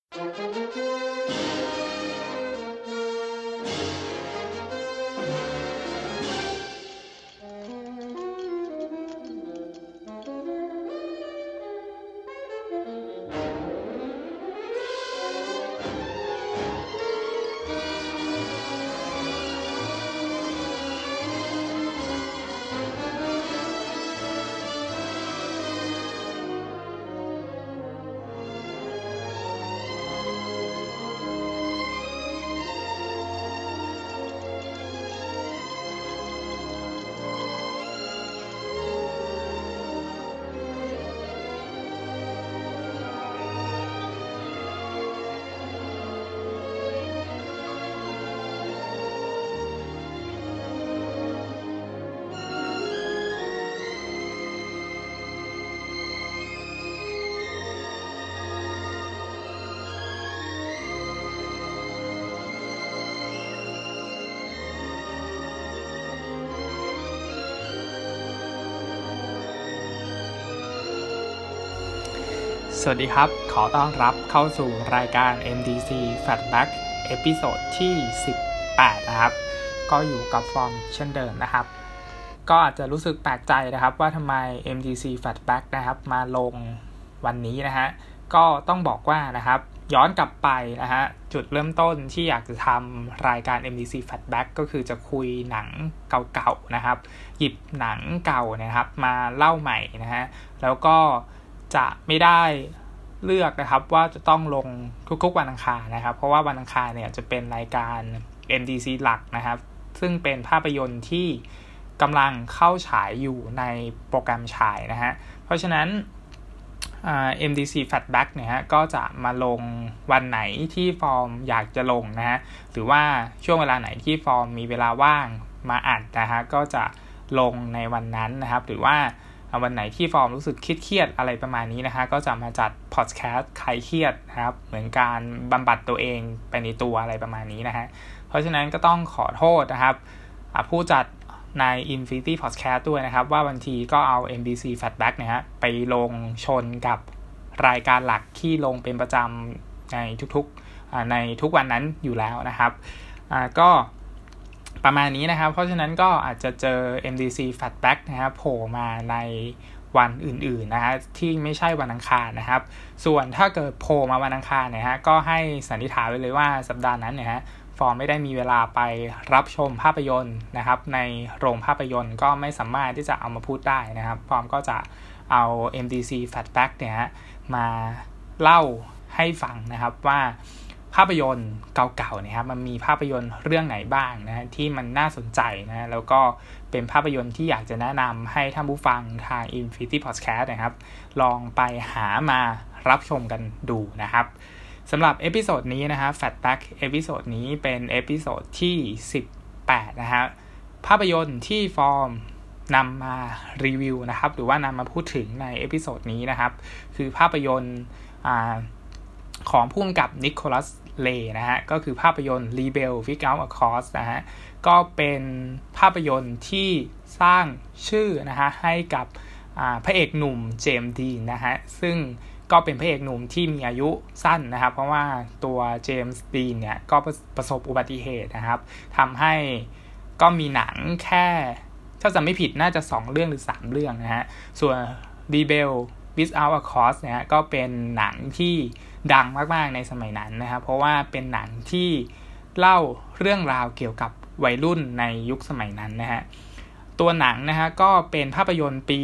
สวัสดีครับขอต้อนรับเข้าสู่รายการ MDC Flashback เอพิโซดที่18นะครับก็อยู่กับฟอร์มเช่นเดิมนะครับก็อาจจะรู้สึกแปลกใจนะครับว่าทำไม MDC Flashback นะครับมาลงวันนี้นะฮะก็ต้องบอกว่านะครับย้อนกลับไปนะฮะจุดเริ่มต้นที่อยากจะทำรายการ MDC Flashback ก็คือจะคุยหนังเก่าๆนะครับหยิบหนังเก่านะครับมาเล่าใหม่นะฮะแล้วก็จะไม่ได้เลือกนะครับว่าจะต้องลงทุกๆวันอังคารนะครับเพราะว่าวันอังคารเนี่ยจะเป็นรายการ MDC หลักนะครับซึ่งเป็นภาพยนตร์ที่กำลังเข้าฉายอยู่ในโปรแกรมฉายนะฮะเพราะฉะนั้นMDC Flashback เนี่ยฮะก็จะมาลงวันไหนที่ฟอร์มอยากจะลงนะฮะหรือว่าช่วงเวลาไหนที่ฟอร์มมีเวลาว่างมาอัดนะฮะก็จะลงในวันนั้นนะครับหรือว่าวันไหนที่ฟอร์มรู้สึกเครียดอะไรประมาณนี้นะฮะก็จะมาจัดพอดแคสต์คลายเครียดนะครับเหมือนการบำบัดตัวเองไปในตัวอะไรประมาณนี้นะฮะเพราะฉะนั้นก็ต้องขอโทษนะครับผู้จัดใน Infinity Podcast ด้วยนะครับว่าบางทีก็เอา MDC Flashback นะฮะไปลงชนกับรายการหลักที่ลงเป็นประจำในในทุกวันนั้นอยู่แล้วนะครับก็ประมาณนี้นะครับเพราะฉะนั้นก็อาจจะเจอ MDC Flashback นะครับโผล่มาในวันอื่นๆนะฮะที่ไม่ใช่วันอังคารนะครับส่วนถ้าเกิดโผล่มาวันอังคารเนี่ยฮะก็ให้สันนิษฐานไว้เลยว่าสัปดาห์นั้นเนี่ยฮะฟอร์มไม่ได้มีเวลาไปรับชมภาพยนตร์นะครับในโรงภาพยนตร์ก็ไม่สามารถที่จะเอามาพูดได้นะครับฟอร์มก็จะเอา MDC Flashback เนี่ยฮะมาเล่าให้ฟังนะครับว่าภาพยนตร์เก่าๆเนี่ยครับมันมีภาพยนตร์เรื่องไหนบ้างนะที่มันน่าสนใจนะแล้วก็เป็นภาพยนตร์ที่อยากจะแนะนำให้ท่านผู้ฟังทาง Infinity Podcast นะครับลองไปหามารับชมกันดูนะครับสำหรับเอพิโซดนี้นะครับ Flashback เอพิโซดนี้เป็นเอพิโซดที่18นะฮะภาพยนตร์ที่ฟอร์มนำมารีวิวนะครับหรือว่านำมาพูดถึงในเอพิโซดนี้นะครับคือภาพยนตร์ของผู้กำกับนิโคลัสเลนะฮะก็คือภาพยนตร์ Rebel Without a Cause นะฮะก็เป็นภาพยนตร์ที่สร้างชื่อนะฮะให้กับพระเอกหนุ่มเจมส์ดีนนะฮะซึ่งก็เป็นพระเอกหนุ่มที่มีอายุสั้นนะครับเพราะว่าตัวเจมส์ดีนเนี่ยก็ประสบอุบัติเหตุนะครับทำให้ก็มีหนังแค่ถ้าจำไม่ผิดน่าจะ2เรื่องหรือ3เรื่องนะฮะส่วน Rebel Without a Cause นะฮะก็เป็นหนังที่ดังมากๆในสมัยนั้นนะครับเพราะว่าเป็นหนังที่เล่าเรื่องราวเกี่ยวกับวัยรุ่นในยุคสมัยนั้นนะฮะตัวหนังนะฮะก็เป็นภาพยนตร์ปี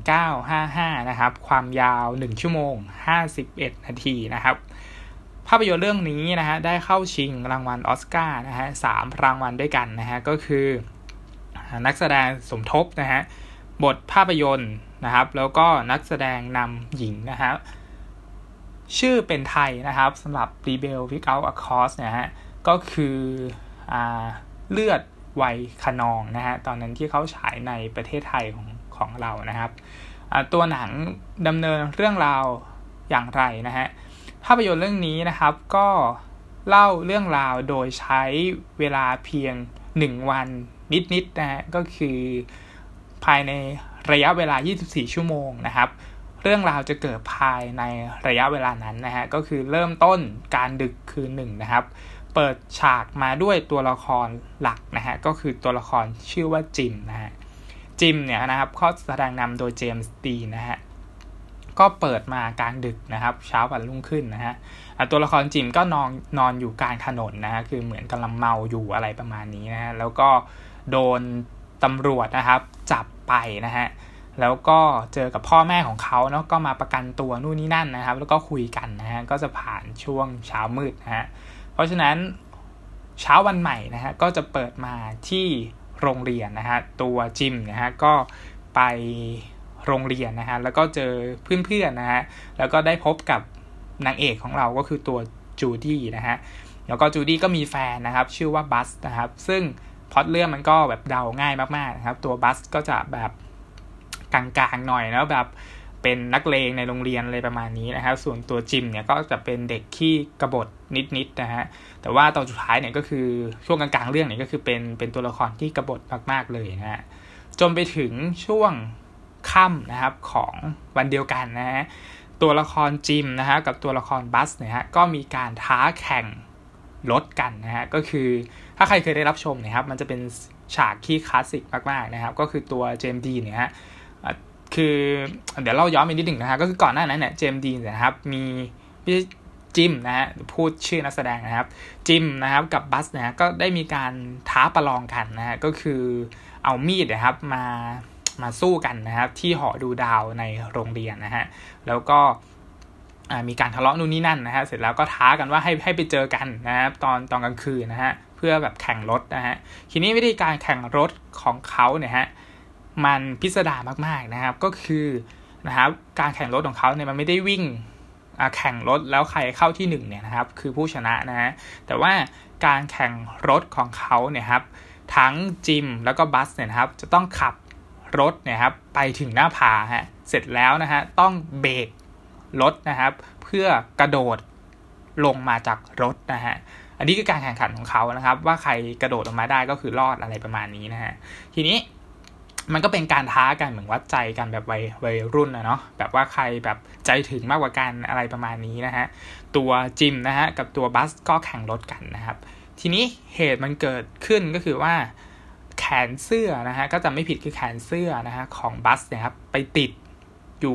1955นะครับความยาว1ชั่วโมง51นาทีนะครับภาพยนตร์เรื่องนี้นะฮะได้เข้าชิงรางวัลออสการ์นะฮะ3รางวัลด้วยกันนะฮะก็คือนักแสดงสมทบนะฮะบทภาพยนตร์นะครับแล้วก็นักแสดงนำหญิงนะฮะชื่อเป็นไทยนะครับสำหรับ Rebel Without a Cause นะฮะก็คือเลือดวัยคะนองนะฮะตอนนั้นที่เขาฉายในประเทศไทยของเรานะครับตัวหนังดำเนินเรื่องราวอย่างไรนะฮะภาพยนตร์เรื่องนี้นะครับก็เล่าเรื่องราวโดยใช้เวลาเพียง1วันนิดๆนะฮะก็คือภายในระยะเวลา24ชั่วโมงนะครับเรื่องราวจะเกิดภายในระยะเวลานั้นนะฮะก็คือเริ่มต้นการดึกคืนหนึ่งนะครับเปิดฉากมาด้วยตัวละครหลักนะฮะก็คือตัวละครชื่อว่าจิมนะฮะจิมเนี่ยนะครับเขาแสดงนำโดยเจมส์ดีนนะฮะก็เปิดมากลางดึกนะครับเช้าวันรุ่งขึ้นนะฮะตัวละครจิมก็นอนอยู่กลางถนนนะฮะคือเหมือนกำลังเมาอยู่อะไรประมาณนี้นะฮะแล้วก็โดนตำรวจนะครับจับไปนะฮะแล้วก็เจอกับพ่อแม่ของเขาเนาะก็มาประกันตัวนู่นนี่นั่นนะครับแล้วก็คุยกันนะฮะก็จะผ่านช่วงเช้ามืดนะฮะเพราะฉะนั้นเช้าวันใหม่นะฮะก็จะเปิดมาที่โรงเรียนนะฮะตัวจิมนะฮะก็ไปโรงเรียนนะฮะแล้วก็เจอเพื่อนๆนะฮะแล้วก็ได้พบกับนางเอกของเราก็คือตัวจูดี้นะฮะแล้วก็จูดี้ก็มีแฟนนะครับชื่อว่าบัสนะครับซึ่งพล็อตเรื่องมันก็แบบเดาง่ายมากๆนะครับตัวบัสก็จะแบบกลางๆหน่อยแล้วแบบเป็นนักเลงในโรงเรียนอะไรประมาณนี้นะครับส่วนตัวจิมเนี่ยก็จะเป็นเด็กขี้กบฏนิดๆนะฮะแต่ว่าตอนสุดท้ายเนี่ยก็คือช่วงกลางๆเรื่องเนี่ยก็คือเป็นตัวละครที่กบฏมากๆเลยนะฮะจนไปถึงช่วงค่ำนะครับของวันเดียวกันนะฮะตัวละครจิมนะฮะกับตัวละครบัสเนี่ยฮะก็มีการท้าแข่งรถกันนะฮะก็คือถ้าใครเคยได้รับชมเนี่ยครับมันจะเป็นฉากที่คลาสสิกมากๆนะครับก็คือตัวเจมส์ดีเนี่ยฮะคือเดี๋ยวเราย้อนไปนิดหนึ่งนะฮะก็คือก่อนหน้านั้นเนี่ยเจมส์ดีนะครับมีจิมนะฮะพูดชื่อนักแสดงนะครับจิมนะครับกับบัสนะฮะก็ได้มีการท้าประลองกันนะฮะก็คือเอามีดนะครับมาสู้กันนะครับที่หอดูดาวในโรงเรียนนะฮะแล้วก็มีการทะเลาะนู่นนี่นั่นนะฮะเสร็จแล้วก็ท้ากันว่าให้ไปเจอกันนะครับตอนกลางคืนนะฮะเพื่อแบบแข่งรถนะฮะทีนี้วิธีการแข่งรถของเขาเนี่ยฮะมันพิสดารมากๆนะครับก็คือนะครับการแข่งรถของเขาเนี่ยมันไม่ได้วิ่งแข่งรถแล้วใครเข้าที่1เนี่ยนะครับคือผู้ชนะนะฮะแต่ว่าการแข่งรถของเขาเนี่ยครับทั้งจิมแล้วก็บัสเนี่ยนะครับจะต้องขับรถเนี่ยครับไปถึงหน้าผาฮะเสร็จแล้วนะฮะต้องเบรกรถนะครับเพื่อกระโดดลงมาจากรถนะฮะอันนี้คือการแข่งขันของเขานะครับว่าใครกระโดดออกมาได้ก็คือรอดอะไรประมาณนี้นะฮะทีนี้มันก็เป็นการท้ากันเหมือนวัดใจกันแบบวัยรุ่นนะเนาะแบบว่าใครแบบใจถึงมากกว่ากันอะไรประมาณนี้นะฮะตัวจิมนะฮะกับตัวบัสก็แข่งรถกันนะครับทีนี้เหตุมันเกิดขึ้นก็คือว่าแขนเสื้อนะฮะก็จะไม่ผิดคือแขนเสื้อนะฮะของบัสเนี่ยครับไปติดอยู่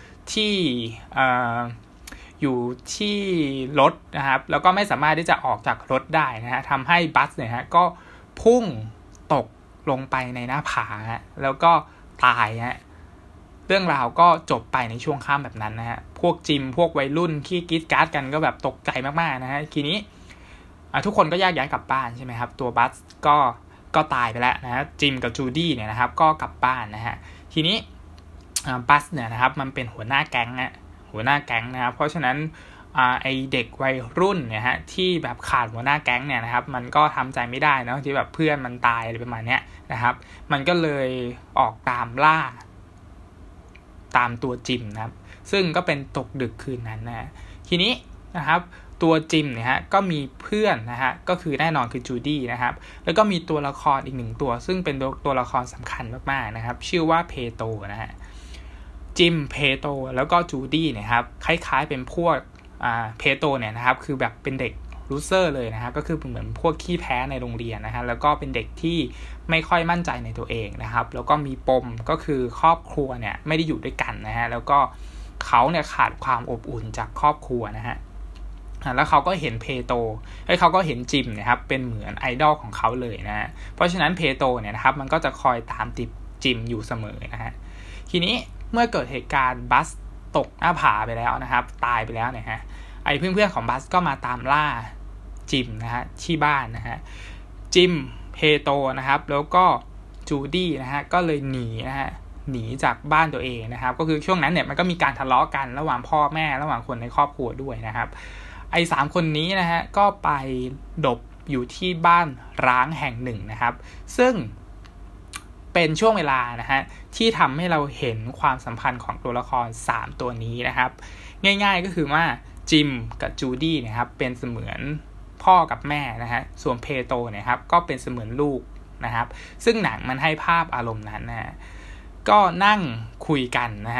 ที่รถนะครับแล้วก็ไม่สามารถที่จะออกจากรถได้นะฮะทำให้บัสเนี่ยฮะก็พุ่งตกลงไปในหน้าผาแล้วก็ตายฮะเรื่องราวก็จบไปในช่วงค่ำแบบนั้นนะฮะพวกจิมพวกวัยรุ่นที่กรี๊ดกราดกันก็แบบตกใจมากๆนะฮะทีนี้ทุกคนก็แยกย้ายกลับบ้านใช่ไหมครับตัวบัสก็ตายไปแล้วนะฮะจิมกับจูดี้เนี่ยนะครับก็กลับบ้านนะฮะทีนี้บัสเนี่ยนะครับมันเป็นหัวหน้าแก๊งนะครับเพราะฉะนั้นไอเด็กวัยรุ่นเนี่ยฮะที่แบบขาดหัวหน้าแก๊งเนี่ยนะครับมันก็ทำใจไม่ได้นะที่แบบเพื่อนมันตายอะไรประมาณเนี้ยนะครับมันก็เลยออกตามล่าตามตัวจิมนะครับซึ่งก็เป็นตกดึกคืนนั้นนะทีนี้นะครับตัวจิมเนี่ยฮะก็มีเพื่อนนะฮะก็คือแน่นอนคือจูดี้นะครับแล้วก็มีตัวละครอีก1ตัวซึ่งเป็นตัวละครสำคัญมากๆนะครับชื่อว่าเพโตนะฮะจิมเพโตแล้วก็จูดี้เนี่ยครับคล้ายๆเป็นพวกเพโตเนี่ยนะครับคือแบบเป็นเด็กลูเซอร์เลยนะฮะก็คือเหมือนพวกขี้แพ้ในโรงเรียนนะฮะแล้วก็เป็นเด็กที่ไม่ค่อยมั่นใจในตัวเองนะครับแล้วก็มีปมก็คือครอบครัวเนี่ยไม่ได้อยู่ด้วยกันนะฮะแล้วก็เขาเนี่ยขาดความอบอุ่นจากครอบครัวนะฮะแล้วเขาก็เห็นเพโตเขาก็เห็นจิมนะครับเป็นเหมือนไอดอลของเขาเลยนะฮะเพราะฉะนั้นเพโตเนี่ยนะครับมันก็จะคอยตามติดจิมอยู่เสมอนะฮะทีนี้เมื่อเกิดเหตุการณ์บัสตกหน้าผาไปแล้วนะครับตายไปแล้วเนี่ยฮะไอเพื่อนๆของบัสก็มาตามล่าจิมนะฮะที่บ้านนะฮะจิมเพโตนะครับแล้วก็จูดี้นะฮะก็เลยหนีจากบ้านตัวเองนะครับก็คือช่วงนั้นเนี่ยมันก็มีการทะเลาะกันระหว่างพ่อแม่ระหว่างคนในครอบครัวด้วยนะครับไอ้3คนนี้นะฮะก็ไปหลบอยู่ที่บ้านร้างแห่งหนึ่งนะครับซึ่งเป็นช่วงเวลานะฮะที่ทำให้เราเห็นความสัมพันธ์ของตัวละคร3ตัวนี้นะครับง่ายๆก็คือว่าจิมกับจูดี้นะครับเป็นเสมือนพ่อกับแม่นะฮะส่วนเพโตเนี่ยครับก็เป็นเสมือนลูกนะครับซึ่งหนังมันให้ภาพอารมณ์นั้นนะฮะก็นั่งคุยกันนะฮะ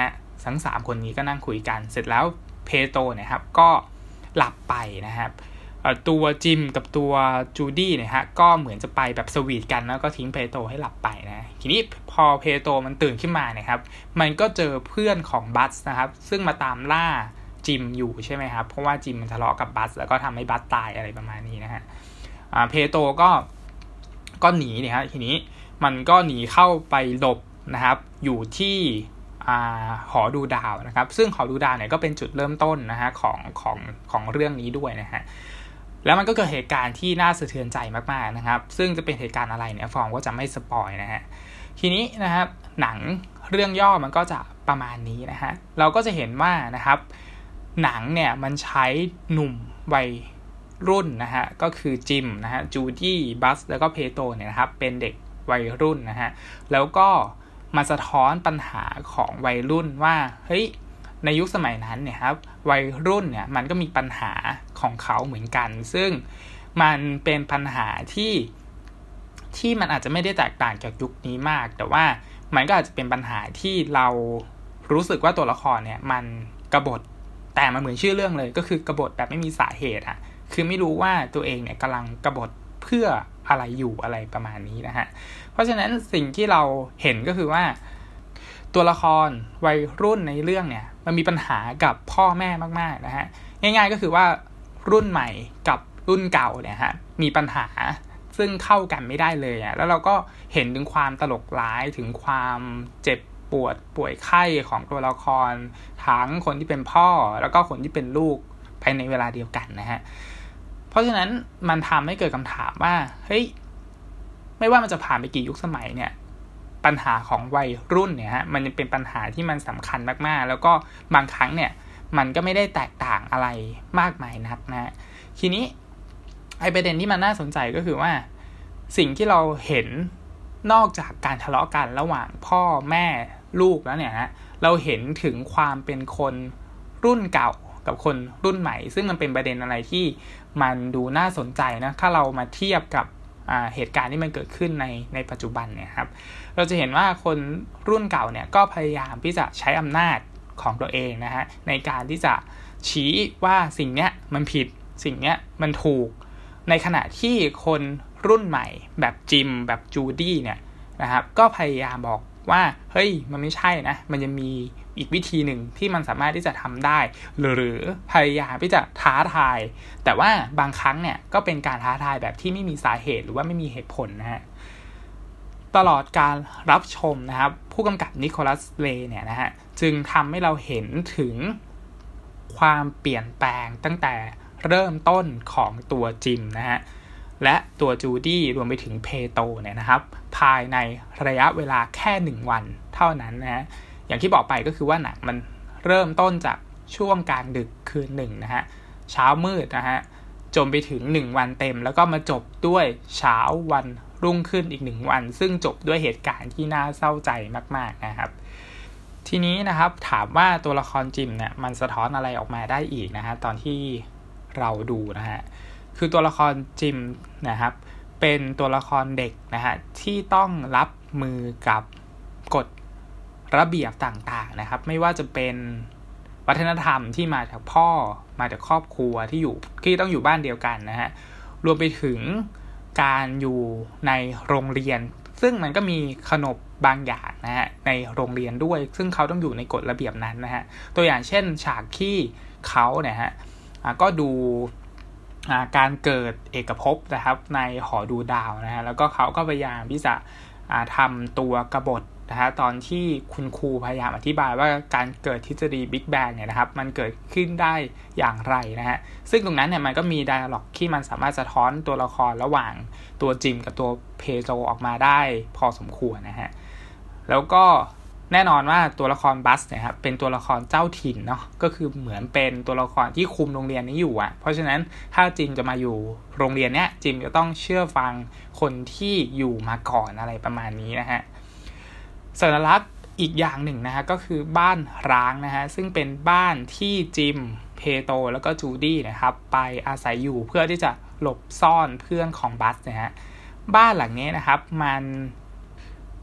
ทั้ง3คนนี้ก็นั่งคุยกันเสร็จแล้วเพโตรเนี่ยครับก็หลับไปนะครับตัวจิมกับตัวจูดี้เนี่ยฮะก็เหมือนจะไปแบบสวีทกันแล้วก็ทิ้งเพโตรให้หลับไปนะทีนี้พอเพโตรมันตื่นขึ้นมาเนี่ยครับมันก็เจอเพื่อนของบัสนะครับซึ่งมาตามล่าจิมอยู่ใช่ไหมครับเพราะว่าจิมมันทะเลาะกับบัสแล้วก็ทำให้บัสตายอะไรประมาณนี้นะฮะเพโตรก็หนีเนี่ยฮะทีนี้มันก็หนีเข้าไปหลบนะครับอยู่ที่หอดูดาวนะครับซึ่งหอดูดาวเนี่ยก็เป็นจุดเริ่มต้นนะฮะของเรื่องนี้ด้วยนะฮะแล้วมันก็เกิดเหตุการณ์ที่น่าสะเทือนใจมากๆนะครับซึ่งจะเป็นเหตุการณ์อะไรเนี่ยฟองก็จะไม่สปอยนะฮะทีนี้นะครับหนังเรื่องย่อมันก็จะประมาณนี้นะฮะเราก็จะเห็นว่านะครับหนังเนี่ยมันใช้หนุ่มวัยรุ่นนะฮะก็คือจิมนะฮะจูดี้บัสแล้วก็เพโตรเนี่ยนะครับเป็นเด็กวัยรุ่นนะฮะแล้วก็มาสะท้อนปัญหาของวัยรุ่นว่าเฮ้ยในยุคสมัยนั้นเนี่ยครับวัยรุ่นเนี่ยมันก็มีปัญหาของเขาเหมือนกันซึ่งมันเป็นปัญหาที่มันอาจจะไม่ได้แตกต่างจากยุคนี้มากแต่ว่ามันก็อาจจะเป็นปัญหาที่เรารู้สึกว่าตัวละครเนี่ยมันกบฏแต่มันเหมือนชื่อเรื่องเลยก็คือกบฏแบบไม่มีสาเหตุอ่ะคือไม่รู้ว่าตัวเองเนี่ยกำลังกบฏเพื่ออะไรอยู่อะไรประมาณนี้นะฮะเพราะฉะนั้นสิ่งที่เราเห็นก็คือว่าตัวละครวัยรุ่นในเรื่องเนี่ยมันมีปัญหากับพ่อแม่มากๆนะฮะง่ายๆก็คือว่ารุ่นใหม่กับรุ่นเก่าเนี่ยฮะมีปัญหาซึ่งเข้ากันไม่ได้เลยอ่ะแล้วเราก็เห็นถึงความตลกร้ายถึงความเจ็บปวดป่วยไข้ของตัวละครทั้งคนที่เป็นพ่อแล้วก็คนที่เป็นลูกภายในเวลาเดียวกันนะฮะเพราะฉะนั้นมันทำให้เกิดคำถามว่าเฮ้ยไม่ว่ามันจะผ่านไปกี่ยุคสมัยเนี่ยปัญหาของวัยรุ่นเนี่ยฮะมันเป็นปัญหาที่มันสำคัญมากๆแล้วก็บางครั้งเนี่ยมันก็ไม่ได้แตกต่างอะไรมากมายนักนะทีนี้ไอ้ประเด็นที่มันน่าสนใจก็คือว่าสิ่งที่เราเห็นนอกจากการทะเลาะกันระหว่างพ่อแม่ลูกแล้วเนี่ยนะเราเห็นถึงความเป็นคนรุ่นเก่ากับคนรุ่นใหม่ซึ่งมันเป็นประเด็นอะไรที่มันดูน่าสนใจนะถ้าเรามาเทียบกับเหตุการณ์ที่มันเกิดขึ้นในปัจจุบันเนี่ยครับเราจะเห็นว่าคนรุ่นเก่าเนี่ยก็พยายามที่จะใช้อำนาจของตัวเองนะฮะในการที่จะชี้ว่าสิ่งเนี้ยมันผิดสิ่งเนี้ยมันถูกในขณะที่คนรุ่นใหม่แบบจิมแบบจูดี้เนี่ยนะครับก็พยายามบอกว่าเฮ้ยมันไม่ใช่นะมันจะมีอีกวิธีหนึ่งที่มันสามารถที่จะทำได้หรือพยายามที่จะท้าทายแต่ว่าบางครั้งเนี่ยก็เป็นการท้าทายแบบที่ไม่มีสาเหตุหรือว่าไม่มีเหตุผลนะฮะตลอดการรับชมนะครับผู้กำกับนิโคลัสเลย์เนี่ยนะฮะจึงทำให้เราเห็นถึงความเปลี่ยนแปลงตั้งแต่เริ่มต้นของตัวจิมนะฮะและตัวจูดี้รวมไปถึงเพโตรเนี่ยนะครับภายในระยะเวลาแค่1วันเท่านั้นนะฮะอย่างที่บอกไปก็คือว่าหนังมันเริ่มต้นจากช่วงกลางดึกคืนหนึ่งนะฮะเช้ามืดนะฮะจนไปถึง1วันเต็มแล้วก็มาจบด้วยเช้าวันรุ่งขึ้นอีก1วันซึ่งจบด้วยเหตุการณ์ที่น่าเศร้าใจมากๆนะครับทีนี้นะครับถามว่าตัวละครจิมเนี่ยมันสะท้อนอะไรออกมาได้อีกนะฮะตอนที่เราดูนะฮะคือตัวละครจิมนะครับเป็นตัวละครเด็กนะฮะที่ต้องรับมือกับกฎระเบียบต่างๆนะครับไม่ว่าจะเป็นวัฒนธรรมที่มาจากพ่อมาจากครอบครัวที่ต้องอยู่บ้านเดียวกันนะฮะรวมไปถึงการอยู่ในโรงเรียนซึ่งมันก็มีขนบบางอย่างนะฮะในโรงเรียนด้วยซึ่งเขาต้องอยู่ในกฎระเบียบนั้นนะฮะตัวอย่างเช่นฉากที่เขาเนี่ยฮะก็ดูการเกิดเอกภพนะครับในหอดูดาวนะฮะแล้วก็เขาก็พยายามที่จะทำตัวกบฏนะฮะตอนที่คุณครูพยายามอธิบายว่าการเกิดทฤษฎีบิ๊กแบงเนี่ยนะครับมันเกิดขึ้นได้อย่างไรนะฮะซึ่งตรงนั้นเนี่ยมันก็มีไดอะล็อกที่มันสามารถสะท้อนตัวละครระหว่างตัวจิมกับตัวเพโตรออกมาได้พอสมควรนะฮะแล้วก็แน่นอนว่าตัวละครบัสเนี่ยครับเป็นตัวละครเจ้าถิ่นเนาะก็คือเหมือนเป็นตัวละครที่คุมโรงเรียนนี้อยู่อ่ะเพราะฉะนั้นถ้าจิมจะมาอยู่โรงเรียนเนี้ยจิมจะต้องเชื่อฟังคนที่อยู่มาก่อนอะไรประมาณนี้นะฮะสัญลักษณ์อีกอย่างหนึ่งนะฮะก็คือบ้านร้างนะฮะซึ่งเป็นบ้านที่จิมเพโตรแล้วก็จูดี้นะครับไปอาศัยอยู่เพื่อที่จะหลบซ่อนเพื่อนของบัสนะฮะบ้านหลังนี้นะครับมัน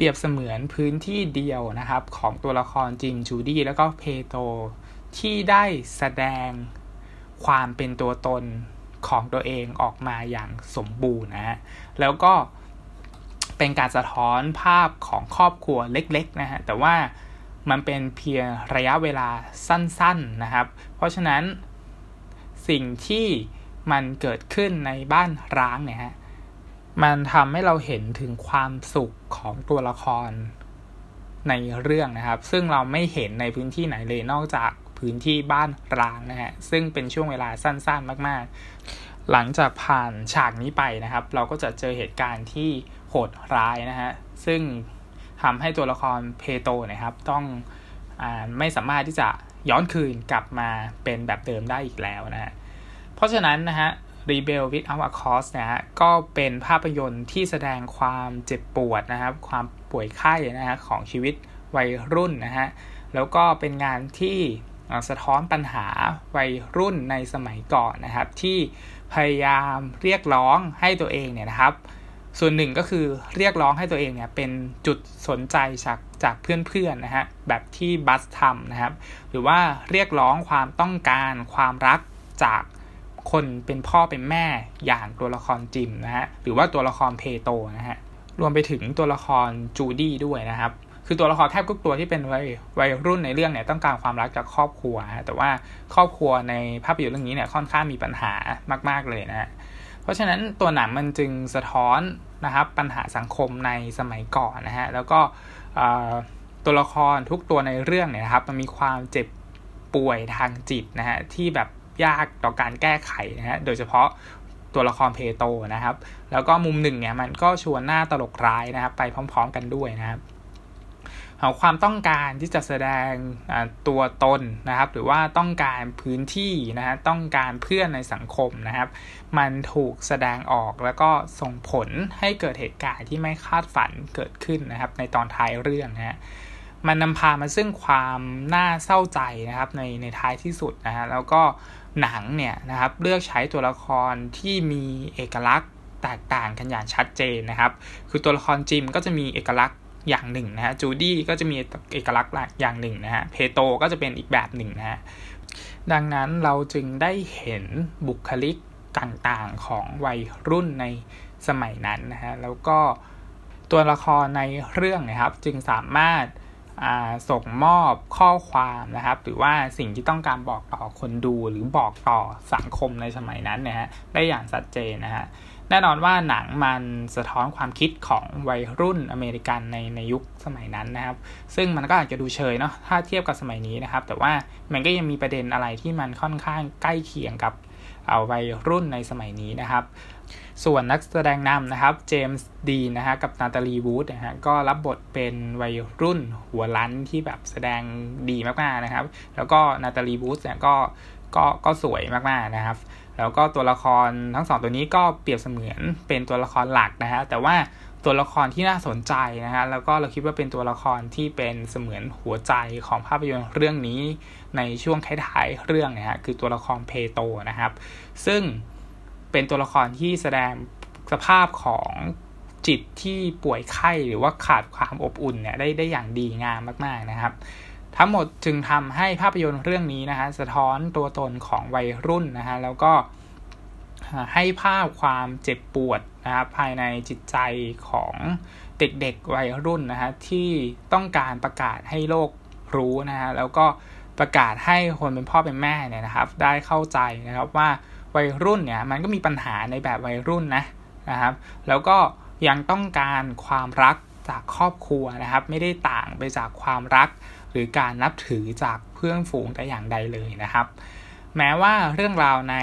รียบเสมือนพื้นที่เดียวนะครับของตัวละครจิมจูดี้แล้วก็เพโตรที่ได้แสดงความเป็นตัวตนของตัวเองออกมาอย่างสมบูรณ์นะฮะแล้วก็เป็นการสะท้อนภาพของครอบครัวเล็กๆนะฮะแต่ว่ามันเป็นเพียงระยะเวลาสั้นๆนะครับเพราะฉะนั้นสิ่งที่มันเกิดขึ้นในบ้านร้างเนี่ยฮะมันทำให้เราเห็นถึงความสุขของตัวละครในเรื่องนะครับซึ่งเราไม่เห็นในพื้นที่ไหนเลยนอกจากพื้นที่บ้านร้างนะฮะซึ่งเป็นช่วงเวลาสั้นๆมากๆหลังจากผ่านฉากนี้ไปนะครับเราก็จะเจอเหตุการณ์ที่โหดร้ายนะฮะซึ่งทำให้ตัวละครเพโตรนะครับต้องไม่สามารถที่จะย้อนคืนกลับมาเป็นแบบเดิมได้อีกแล้วนะฮะเพราะฉะนั้นนะฮะRebel Without a Cause นะฮะก็เป็นภาพยนตร์ที่แสดงความเจ็บปวดนะครับความป่วยไข้นะฮะของชีวิตวัยรุ่นนะฮะแล้วก็เป็นงานที่สะท้อนปัญหาวัยรุ่นในสมัยก่อนนะครับที่พยายามเรียกร้องให้ตัวเองเนี่ยนะครับส่วนหนึ่งก็คือเรียกร้องให้ตัวเองเนี่ยเป็นจุดสนใจจากเพื่อนๆนะฮะแบบที่บัสทำนะครับหรือว่าเรียกร้องความต้องการความรักจากคนเป็นพ่อเป็นแม่อย่างตัวละครจิมนะฮะหรือว่าตัวละครเพโตรนะฮะรวมไปถึงตัวละครจูดี้ด้วยนะครับคือตัวละครแทบทุกตัวที่เป็นวัยรุ่นในเรื่องเนี่ยต้องการความรักจากครอบครัวฮะแต่ว่าครอบครัวในภาพยนตร์เรื่องนี้เนี่ยค่อนข้างมีปัญหามากๆเลยนะฮะเพราะฉะนั้นตัวหนังมันจึงสะท้อนนะครับปัญหาสังคมในสมัยก่อนนะฮะแล้วก็ตัวละครทุกตัวในเรื่องเนี่ยนะครับมันมีความเจ็บป่วยทางจิตนะฮะที่แบบยากต่อการแก้ไขนะฮะโดยเฉพาะตัวละครเพโตรนะครับแล้วก็มุมหนึ่งเนี่ยมันก็ชวนหน้าตลกร้ายนะครับไปพร้อมๆกันด้วยนะครับความต้องการที่จะแสดงตัวตนนะครับหรือว่าต้องการพื้นที่นะฮะต้องการเพื่อนในสังคมนะครับมันถูกแสดงออกแล้วก็ส่งผลให้เกิดเหตุการณ์ที่ไม่คาดฝันเกิดขึ้นนะครับในตอนท้ายเรื่องนะฮะมันนำพามาซึ่งความน่าเศร้าใจนะครับในท้ายที่สุดนะฮะแล้วก็หนังเนี่ยนะครับเลือกใช้ตัวละครที่มีเอกลักษณ์แตกต่างกันอย่างชัดเจนนะครับคือตัวละครจิมก็จะมีเอกลักษณ์อย่างหนึ่งนะฮะจูดี้ก็จะมีเอกลักษณ์อย่างหนึ่งนะฮะเพโตรก็จะเป็นอีกแบบหนึ่งนะฮะดังนั้นเราจึงได้เห็นบุคลิกต่างๆของวัยรุ่นในสมัยนั้นนะฮะแล้วก็ตัวละครในเรื่องนะครับจึงสามารถส่งมอบข้อความนะครับหรือว่าสิ่งที่ต้องการบอกต่อคนดูหรือบอกต่อสังคมในสมัยนั้นนะฮะได้อย่างชัดเจนนะฮะแน่นอนว่าหนังมันสะท้อนความคิดของวัยรุ่นอเมริกันในยุคสมัยนั้นนะครับซึ่งมันก็อาจจะดูเชยเนาะถ้าเทียบกับสมัยนี้นะครับแต่ว่ามันก็ยังมีประเด็นอะไรที่มันค่อนข้างใกล้เคียงกับวัยรุ่นในสมัยนี้นะครับส่วนนักแสดงนำนะครับเจมส์ดีนนะฮะกับนาตาลีวูดนะฮะก็รับบทเป็นวัยรุ่นหัวรั้นที่แบบแสดงดีมากๆนะครับแล้วก็นาตาลีวูดเนี่ยก็สวยมากๆนะครับแล้วก็ตัวละครทั้งสองตัวนี้ก็เปรียบเสมือนเป็นตัวละครหลักนะฮะแต่ว่าตัวละครที่น่าสนใจนะฮะแล้วก็เราคิดว่าเป็นตัวละครที่เป็นเสมือนหัวใจของภาพยนตร์เรื่องนี้ในช่วงท้ายๆเรื่องนะฮะคือตัวละครเพโตรนะครับซึ่งเป็นตัวละครที่แสดงสภาพของจิตที่ป่วยไข้หรือว่าขาดความอบอุ่นเนี่ยได้อย่างดีงามมากๆนะครับทั้งหมดจึงทำให้ภาพยนตร์เรื่องนี้นะฮะสะท้อนตัวตนของวัยรุ่นนะฮะแล้วก็ให้ภาพความเจ็บปวดนะครับภายในจิตใจของเด็กๆวัยรุ่นนะฮะที่ต้องการประกาศให้โลกรู้นะฮะแล้วก็ประกาศให้คนเป็นพ่อเป็นแม่เนี่ยนะครับได้เข้าใจนะครับว่าวัยรุ่นเนี่ยมันก็มีปัญหาในแบบวัยรุ่นนะครับแล้วก็ยังต้องการความรักจากครอบครัวนะครับไม่ได้ต่างไปจากความรักหรือการนับถือจากเพื่อนฝูงแต่อย่างใดเลยนะครับแม้ว่าเรื่องราวใน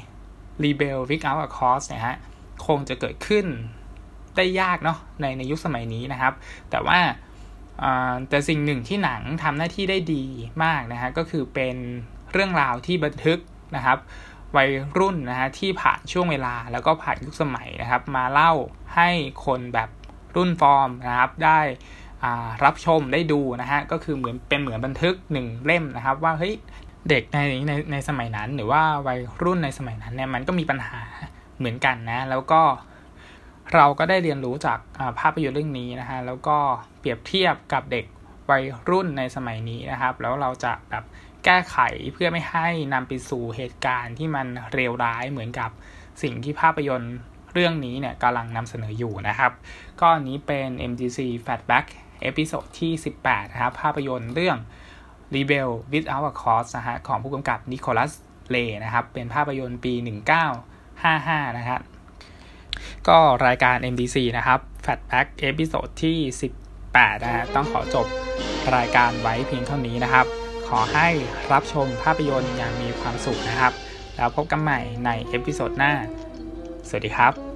Rebel Without a Cause นะฮะคงจะเกิดขึ้นได้ยากเนาะในยุคสมัยนี้นะครับแต่สิ่งหนึ่งที่หนังทำหน้าที่ได้ดีมากนะฮะก็คือเป็นเรื่องราวที่บันทึกนะครับวัยรุ่นนะฮะที่ผ่านช่วงเวลาแล้วก็ผ่านยุคสมัยนะครับมาเล่าให้คนแบบรุ่นฟอร์มนะครับได้รับชมได้ดูนะฮะก็คือเหมือนบันทึก1เล่มนะครับว่าเฮ้ยเด็กในสมัยนั้นหรือว่าวัยรุ่นในสมัยนั้นเนี่ยมันก็มีปัญหาเหมือนกันนะแล้วก็เราก็ได้เรียนรู้จากภาพยนตร์เรื่องนี้นะฮะแล้วก็เปรียบเทียบกับเด็กวัยรุ่นในสมัยนี้นะครับแล้วเราจะแบบแก้ไขเพื่อไม่ให้นำไปสู่เหตุการณ์ที่มันเลวร้ายเหมือนกับสิ่งที่ภาพยนตร์เรื่องนี้เนี่ยกำลังนำเสนออยู่นะครับก็นี้เป็น MDC Flashback เอพิโซดที่18นะครับภาพยนตร์เรื่อง Rebel Without a Cause นะฮะของผู้กำกับนิโคลัสเลนะครับเป็นภาพยนตร์ปี1955นะครับก็รายการ MDC นะครับ Flashback เอพิโซดที่18นะฮะต้องขอจบรายการไว้เพียงเท่านี้นะครับขอให้รับชมภาพยนตร์อย่างมีความสุขนะครับแล้วพบกันใหม่ในเอพิโซดหน้าสวัสดีครับ